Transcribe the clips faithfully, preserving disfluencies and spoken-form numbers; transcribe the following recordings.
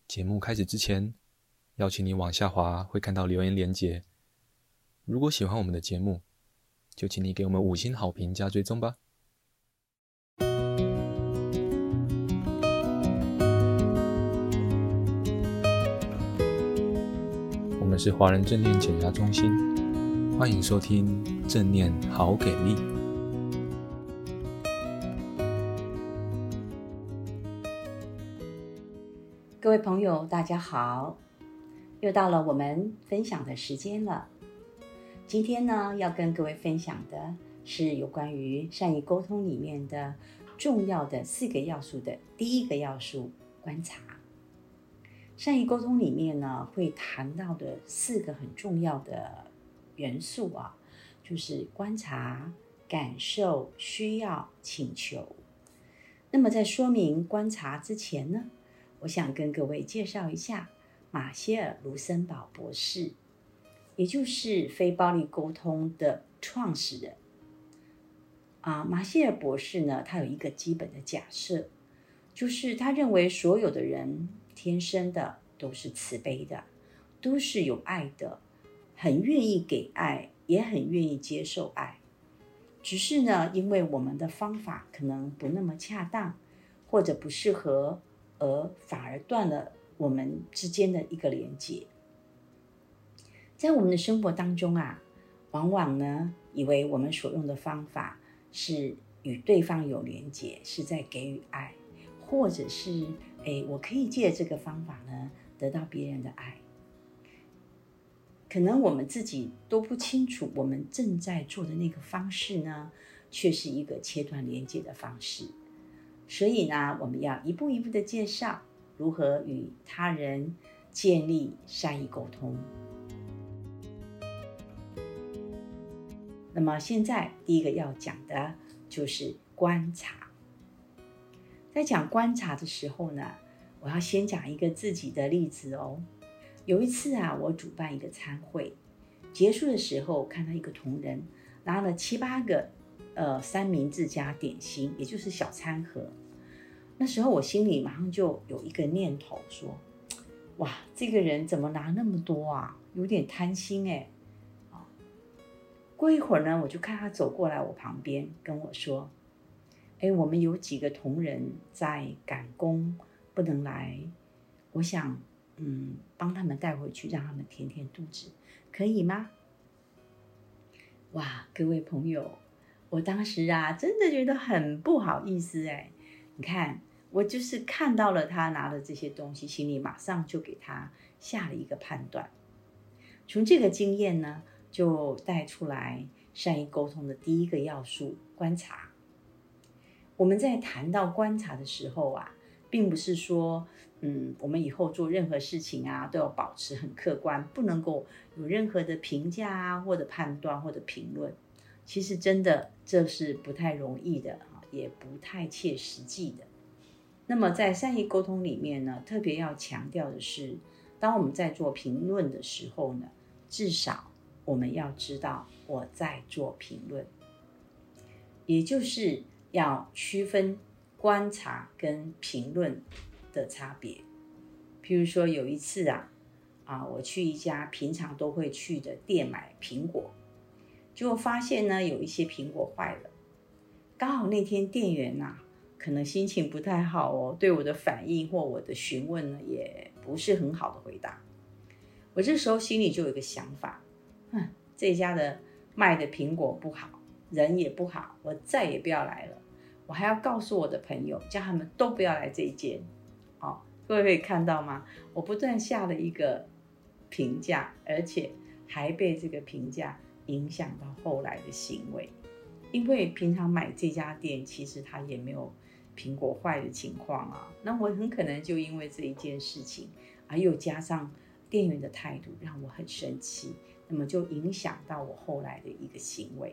节目开始之前，邀请你往下滑，会看到留言连结。如果喜欢我们的节目，就请你给我们五星好评加追踪吧。我们是华人正念减压中心，欢迎收听正念好给力。 各位朋友，大家好，又到了我们分享的时间了。今天呢，要跟各位分享的是有关于善意沟通里面的重要的四个要素的第一个要素——观察。善意沟通里面呢，会谈到的四个很重要的元素啊，就是观察、感受、需要、请求。那么在说明观察之前呢，我想跟各位介绍一下马歇尔·卢森堡博士，也就是非暴力沟通的创始人。啊，马歇尔博士呢，他有一个基本的假设，就是他认为所有的人天生的都是慈悲的，都是有爱的，很愿意给爱，也很愿意接受爱。只是呢，因为我们的方法可能不那么恰当，或者不适合，而反而断了我们之间的一个连结。在我们的生活当中啊，往往呢，以为我们所用的方法是与对方有连结，是在给予爱，或者是诶，我可以借这个方法呢，得到别人的爱。可能我们自己都不清楚，我们正在做的那个方式呢，却是一个切断连结的方式。所以呢，我们要一步一步的介绍如何与他人建立善意沟通。那么现在第一个要讲的就是观察。在讲观察的时候呢，我要先讲一个自己的例子哦。有一次啊，我主办一个餐会，结束的时候看到一个同仁拿了七八个呃三明治加点心，也就是小餐盒。那时候我心里马上就有一个念头说，哇，这个人怎么拿那么多啊，有点贪心耶。过一会儿呢，我就看他走过来我旁边跟我说，哎，我们有几个同仁在赶工不能来，我想嗯帮他们带回去，让他们填填肚子，可以吗？哇，各位朋友，我当时啊真的觉得很不好意思哎。你看，我就是看到了他拿的这些东西，心里马上就给他下了一个判断。从这个经验呢，就带出来善意沟通的第一个要素——观察。我们在谈到观察的时候啊，并不是说，嗯，我们以后做任何事情啊，都要保持很客观，不能够有任何的评价啊，或者判断或者评论。其实真的这是不太容易的，也不太切实际的。那么在善意沟通里面呢，特别要强调的是，当我们在做评论的时候呢，至少我们要知道我在做评论，也就是要区分观察跟评论的差别。譬如说有一次啊，啊，我去一家平常都会去的店买苹果，结果发现呢有一些苹果坏了，刚好那天店员啊可能心情不太好哦，对我的反应或我的询问呢也不是很好的回答。我这时候心里就有一个想法，哼，这家的卖的苹果不好，人也不好，我再也不要来了。我还要告诉我的朋友，叫他们都不要来这一间。哦，各位可以看到吗？我不断下了一个评价，而且还被这个评价影响到后来的行为。因为平常买这家店，其实它也没有苹果坏的情况啊。那我很可能就因为这一件事情，啊，又加上店员的态度让我很生气，那么就影响到我后来的一个行为。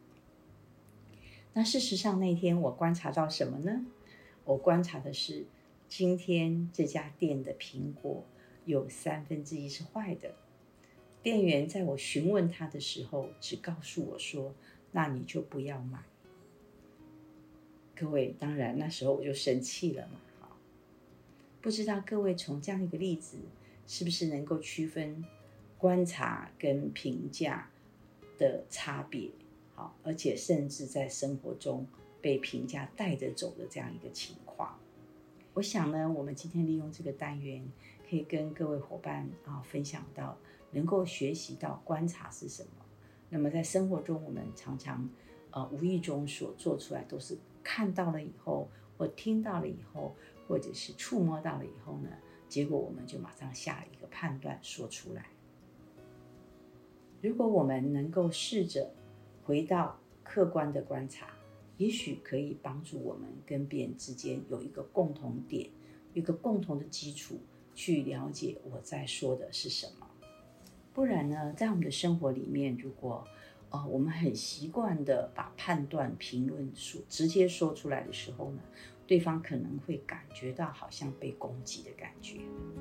那事实上那天我观察到什么呢？我观察的是，今天这家店的苹果有三分之一是坏的。店员在我询问他的时候，只告诉我说，那你就不要买。各位，当然那时候我就生气了嘛。 不知道各位从这样一个例子，是不是能够区分观察跟评价的差别？好，而且甚至在生活中被评价带着走的这样一个情况。我想呢，我们今天利用这个单元，可以跟各位伙伴啊分享到，能够学习到观察是什么。那么在生活中，我们常常呃无意中所做出来，都是看到了以后，或听到了以后，或者是触摸到了以后呢，结果我们就马上下了一个判断说出来。如果我们能够试着回到客观的观察，也许可以帮助我们跟别人之间有一个共同点，有一个共同的基础，去了解我在说的是什么。不然呢，在我们的生活里面，如果呃我们很习惯的把判断、评论说直接说出来的时候呢，对方可能会感觉到好像被攻击的感觉。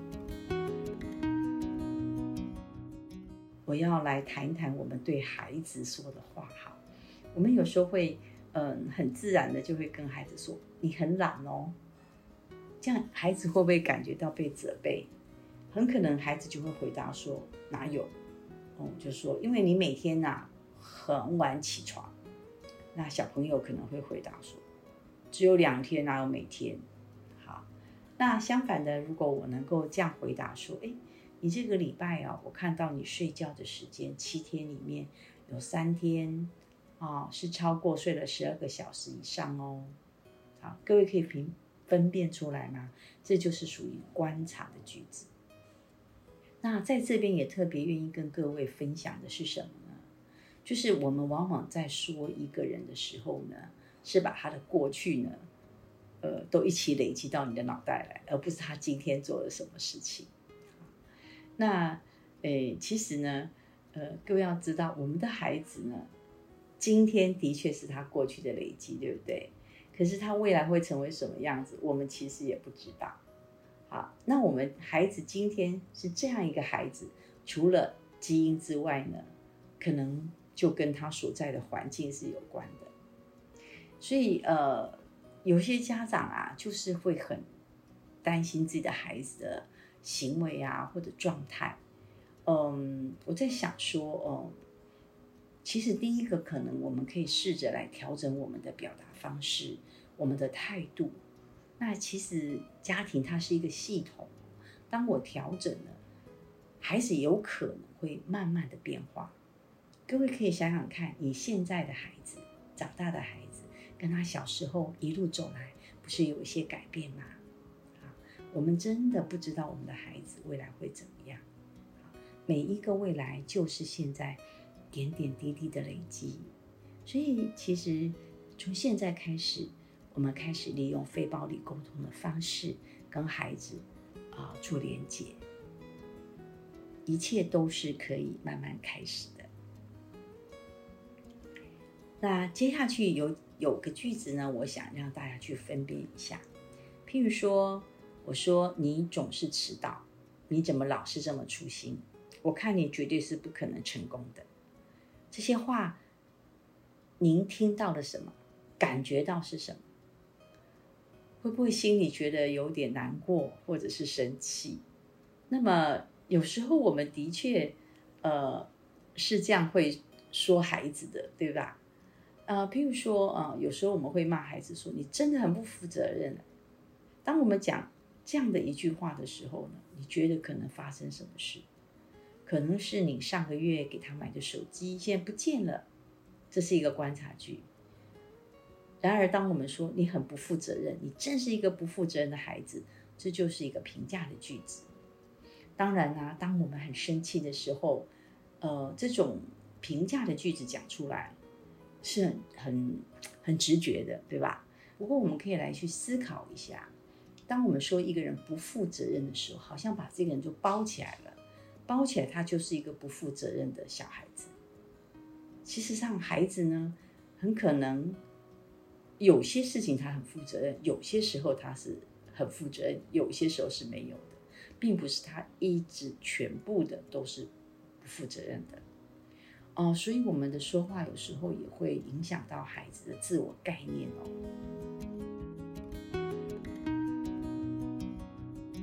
我要来谈一谈我们对孩子说的话哈。我们有时候会嗯很自然的就会跟孩子说你很懒哦，这样孩子会不会感觉到被责备？很可能孩子就会回答说哪有，哦，就说因为你每天啊很晚起床。那小朋友可能会回答说只有两天哪有每天。好，那相反的，如果我能够这样回答说，哎，你这个礼拜啊，我看到你睡觉的时间七天里面有三天啊是超过睡了十二个小时以上哦。好，各位可以分分辨出来吗？这就是属于观察的句子。那在这边也特别愿意跟各位分享的是什么呢？就是我们往往在说一个人的时候呢，是把他的过去呢，呃，都一起累积到你的脑袋来，而不是他今天做了什么事情。那，诶，其实呢，呃，各位要知道，我们的孩子呢，今天的确是他过去的累积，对不对？可是他未来会成为什么样子，我们其实也不知道。好，那我们孩子今天是这样一个孩子，除了基因之外呢，可能就跟他所在的环境是有关的。所以呃，有些家长啊，就是会很担心自己的孩子的行为啊或者状态。嗯，我在想说，嗯，其实第一个可能我们可以试着来调整我们的表达方式，我们的态度。那其实家庭它是一个系统，当我调整了，孩子有可能会慢慢的变化。各位可以想想看，你现在的孩子，长大的孩子，跟他小时候一路走来，不是有一些改变吗？我们真的不知道我们的孩子未来会怎么样。每一个未来就是现在点点滴滴的累积。所以其实从现在开始，我们开始利用非暴力沟通的方式跟孩子啊、呃、做连结，一切都是可以慢慢开始的。那接下去有有个句子呢，我想让大家去分辨一下。譬如说，我说你总是迟到，你怎么老是这么粗心？我看你绝对是不可能成功的。这些话，您听到了什么？感觉到是什么？会不会心里觉得有点难过，或者是生气？那么有时候我们的确，呃，是这样会说孩子的，对吧？呃，譬如说，呃，有时候我们会骂孩子说：“你真的很不负责任。”当我们讲这样的一句话的时候呢，你觉得可能发生什么事？可能是你上个月给他买的手机现在不见了，这是一个观察句。然而当我们说你很不负责任，你真是一个不负责任的孩子，这就是一个评价的句子。当然啊，当我们很生气的时候，呃，这种评价的句子讲出来是很很很直觉的，对吧？不过我们可以来去思考一下，当我们说一个人不负责任的时候，好像把这个人就包起来了，包起来他就是一个不负责任的小孩子。其实上孩子呢，很可能有些事情他很负责任，有些时候他是很负责任，有些时候是没有的，并不是他一直全部的都是不负责任的。哦，所以我们的说话有时候也会影响到孩子的自我概念哦。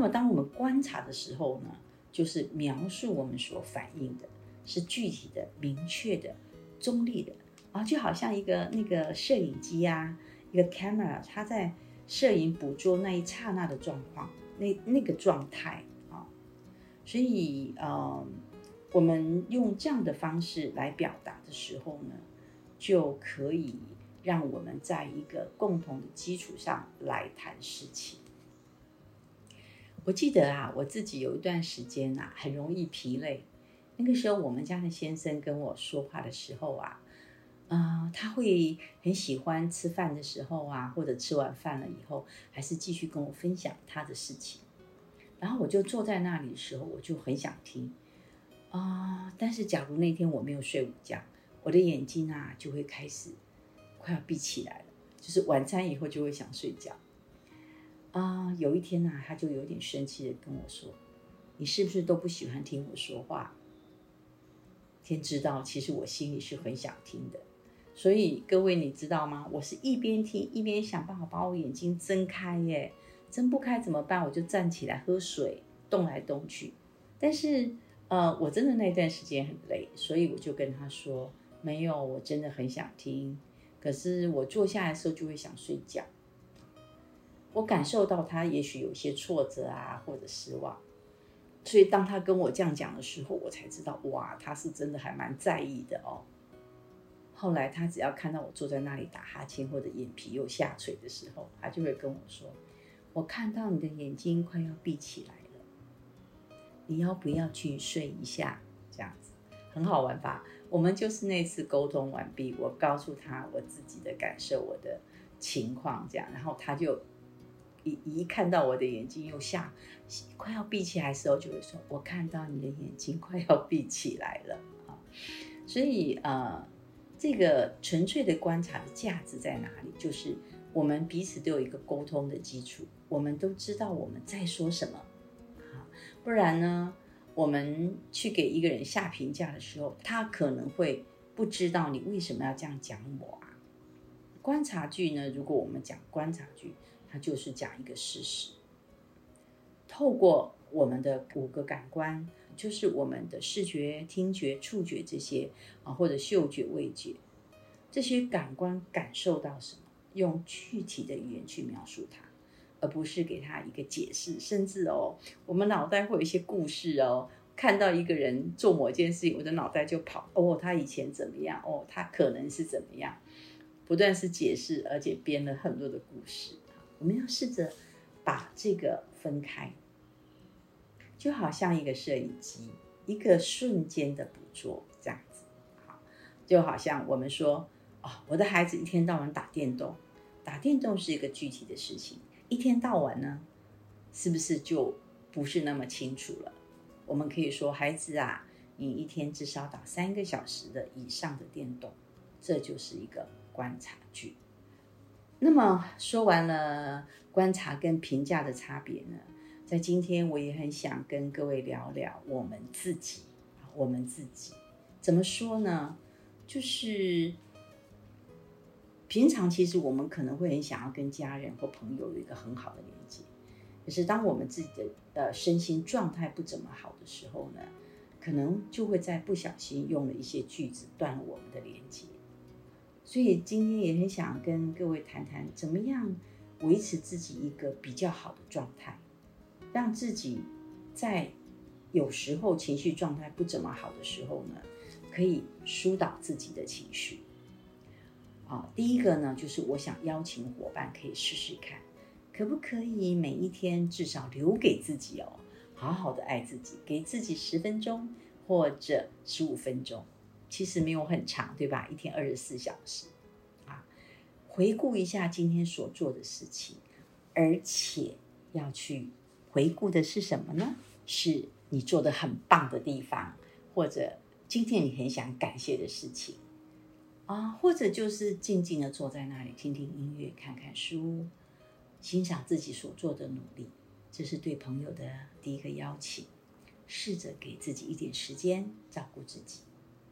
么当我们观察的时候呢，就是描述我们所反映的是具体的、明确的、中立的啊，就好像一个那个摄影机啊，一个 camera， 它在摄影捕捉那一刹那的状况，那那个状态啊。所以呃，我们用这样的方式来表达的时候呢，就可以让我们在一个共同的基础上来谈事情。我记得啊，我自己有一段时间啊，很容易疲累。那个时候，我们家的先生跟我说话的时候啊，呃，他会很喜欢吃饭的时候啊，或者吃完饭了以后，还是继续跟我分享他的事情。然后我就坐在那里的时候，我就很想听啊、呃。但是假如那天我没有睡午觉，我的眼睛啊就会开始快要闭起来了，就是晚餐以后就会想睡觉。啊、呃，有一天啊，他就有点生气的跟我说：“你是不是都不喜欢听我说话？”天知道，其实我心里是很想听的。所以各位你知道吗？我是一边听一边想办法把我眼睛睁开耶，睁不开怎么办？我就站起来喝水，动来动去。但是呃，我真的那段时间很累，所以我就跟他说：“没有，我真的很想听，可是我坐下来的时候就会想睡觉。”我感受到他也许有些挫折啊，或者失望，所以当他跟我这样讲的时候，我才知道，哇，他是真的还蛮在意的哦。后来他只要看到我坐在那里打哈欠或者眼皮又下垂的时候，他就会跟我说：“我看到你的眼睛快要闭起来了，你要不要去睡一下？”这样子很好玩吧？我们就是那次沟通完毕，我告诉他我自己的感受，我的情况这样，然后他就一一看到我的眼睛又下快要闭起来的时候，就会说：“我看到你的眼睛快要闭起来了。”啊，所以呃，这个纯粹的观察的价值在哪里？就是我们彼此都有一个沟通的基础，我们都知道我们在说什么。啊，不然呢，我们去给一个人下评价的时候，他可能会不知道你为什么要这样讲我啊。观察句呢，如果我们讲观察句，它就是讲一个事实。透过我们的五个感官，就是我们的视觉、听觉、触觉这些啊，或者嗅觉、味觉，这些感官感受到什么，用具体的语言去描述它，而不是给它一个解释。甚至哦，我们脑袋会有一些故事哦，看到一个人做某件事情，我的脑袋就跑哦，他以前怎么样，哦，他可能是怎么样，不断是解释，而且编了很多的故事。我们要试着把这个分开，就好像一个摄影机，一个瞬间的捕捉这样子。好，就好像我们说，哦，我的孩子一天到晚打电动，打电动是一个具体的事情，一天到晚呢，是不是就不是那么清楚了？我们可以说，孩子啊，你一天至少打三个小时的以上的电动，这就是一个观察句。那么说完了观察跟评价的差别呢，在今天我也很想跟各位聊聊我们自己。我们自己怎么说呢？就是平常其实我们可能会很想要跟家人或朋友有一个很好的连接，可是当我们自己的呃身心状态不怎么好的时候呢，可能就会在不小心用了一些句子断了我们的连接。所以今天也很想跟各位谈谈，怎么样维持自己一个比较好的状态，让自己在有时候情绪状态不怎么好的时候呢，可以疏导自己的情绪。啊，第一个呢，就是我想邀请伙伴可以试试看，可不可以每一天至少留给自己哦，好好的爱自己，给自己十分钟或者十五分钟。其实没有很长，对吧？一天二十四小时啊，回顾一下今天所做的事情，而且要去回顾的是什么呢？是你做的很棒的地方，或者今天你很想感谢的事情啊，或者就是静静的坐在那里听听音乐，看看书，欣赏自己所做的努力。这是对朋友的第一个邀请，试着给自己一点时间照顾自己。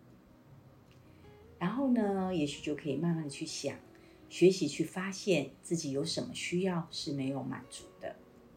然后呢，也许就可以慢慢的去想，学习去发现自己有什么需要是没有满足的。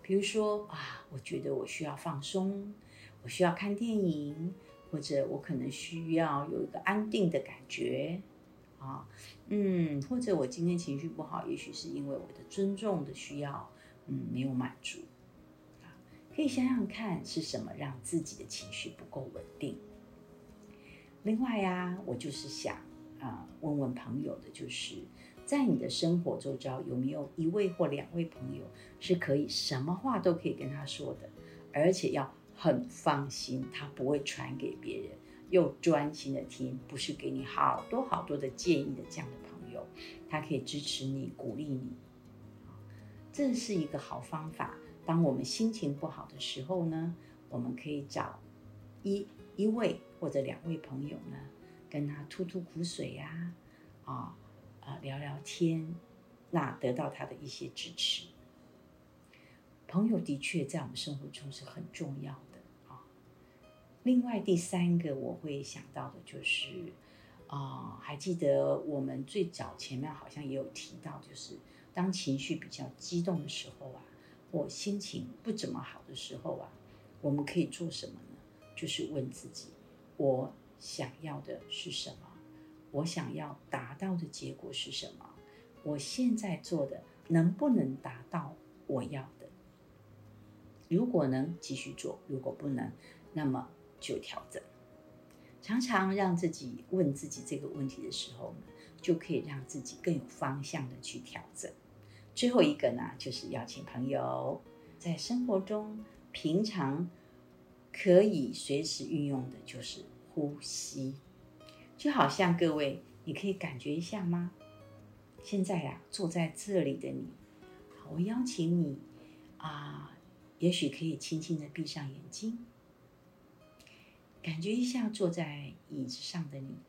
比如说啊，我觉得我需要放松，我需要看电影，或者我可能需要有一个安定的感觉啊，嗯，或者我今天情绪不好，也许是因为我的尊重的需要，嗯，没有满足。可以想想看是什么让自己的情绪不够稳定。另外啊，我就是想啊、呃，问问朋友的，就是在你的生活周遭有没有一位或两位朋友是可以什么话都可以跟他说的，而且要很放心，他不会传给别人，又专心的听，不是给你好多好多的建议的这样的朋友，他可以支持你、鼓励你，这是一个好方法。当我们心情不好的时候呢，我们可以找一一位或者两位朋友呢，跟他吐吐苦水呀、啊，啊、呃、聊聊天，那得到他的一些支持。朋友的确在我们生活中是很重要的啊。另外第三个我会想到的就是啊、呃，还记得我们最早前面好像也有提到，就是当情绪比较激动的时候啊，或心情不怎么好的时候啊，我们可以做什么呢？就是问自己，我想要的是什么？我想要达到的结果是什么？我现在做的能不能达到我要的？如果能继续做，如果不能，那么就调整。常常让自己问自己这个问题的时候呢，就可以让自己更有方向的去调整。最后一个呢，就是邀请朋友在生活中平常可以随时运用的，就是呼吸。就好像各位，你可以感觉一下吗？现在啊，坐在这里的你，我邀请你啊，也许可以轻轻的闭上眼睛，感觉一下坐在椅子上的你，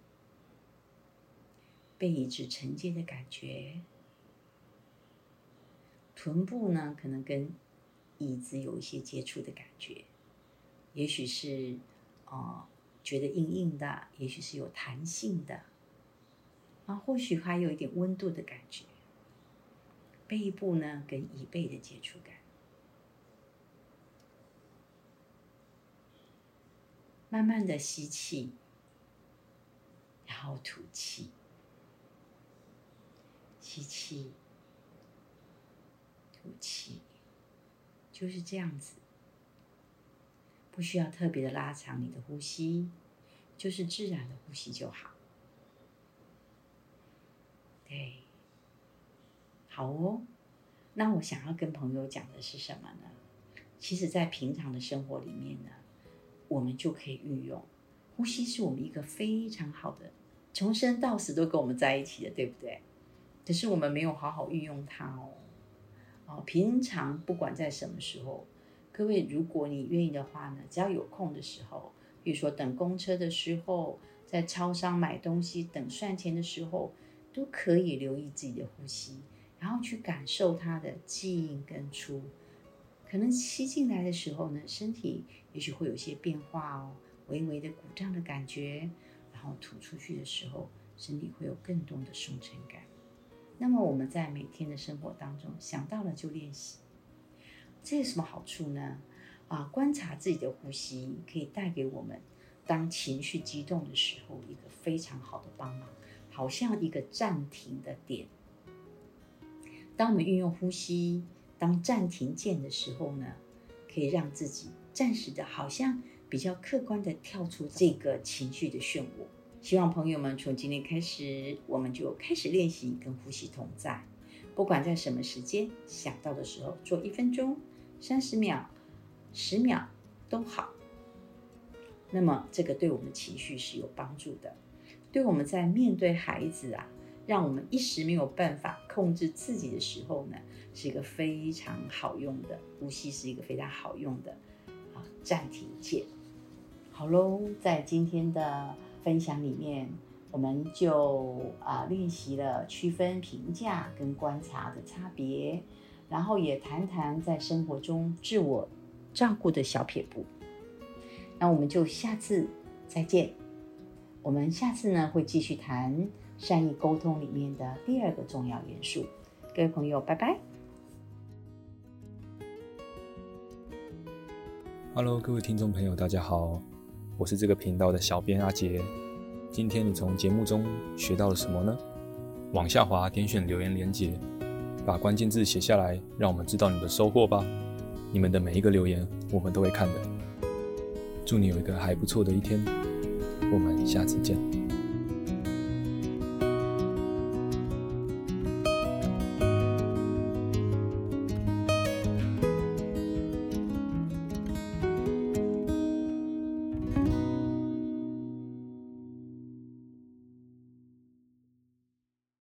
被椅子承接的感觉。臀部呢，可能跟椅子有一些接触的感觉，也许是呃觉得硬硬的，也许是有弹性的，啊，或许还有一点温度的感觉。背部呢，跟椅背的接触感。慢慢的吸气，然后吐气，吸气。吐气，就是这样子，不需要特别的拉长你的呼吸，就是自然的呼吸就好。对，好哦。那我想要跟朋友讲的是什么呢？其实在平常的生活里面呢，我们就可以运用呼吸，是我们一个非常好的，从生到死都跟我们在一起的，对不对？可是我们没有好好运用它哦。哦，平常不管在什么时候，各位，如果你愿意的话呢，只要有空的时候，比如说等公车的时候，在超商买东西等算钱的时候，都可以留意自己的呼吸，然后去感受它的进跟出。可能吸进来的时候呢，身体也许会有些变化哦，微微的鼓胀的感觉，然后吐出去的时候，身体会有更多的松沉感。那么我们在每天的生活当中想到了就练习，这有什么好处呢？啊，观察自己的呼吸可以带给我们当情绪激动的时候一个非常好的帮忙，好像一个暂停的点。当我们运用呼吸当暂停键的时候呢，可以让自己暂时的好像比较客观的跳出这个情绪的漩涡。希望朋友们从今天开始，我们就开始练习跟呼吸同在，不管在什么时间想到的时候，做一分钟、三十秒、十秒都好。那么这个对我们的情绪是有帮助的，对我们在面对孩子啊，让我们一时没有办法控制自己的时候呢，是一个非常好用的呼吸，是一个非常好用的啊暂停键。好喽，在今天的分享里面，我们就啊、呃、练习了区分评价跟观察的差别，然后也谈谈在生活中自我照顾的小撇步。那我们就下次再见。我们下次呢会继续谈善意沟通里面的第二个重要元素。各位朋友，拜拜。 Hello， 各位听众朋友，大家好，我是这个频道的小编阿杰。今天你从节目中学到了什么呢？往下滑，点选留言连结，把关键字写下来，让我们知道你的收获吧。你们的每一个留言，我们都会看的。祝你有一个还不错的一天，我们下次见。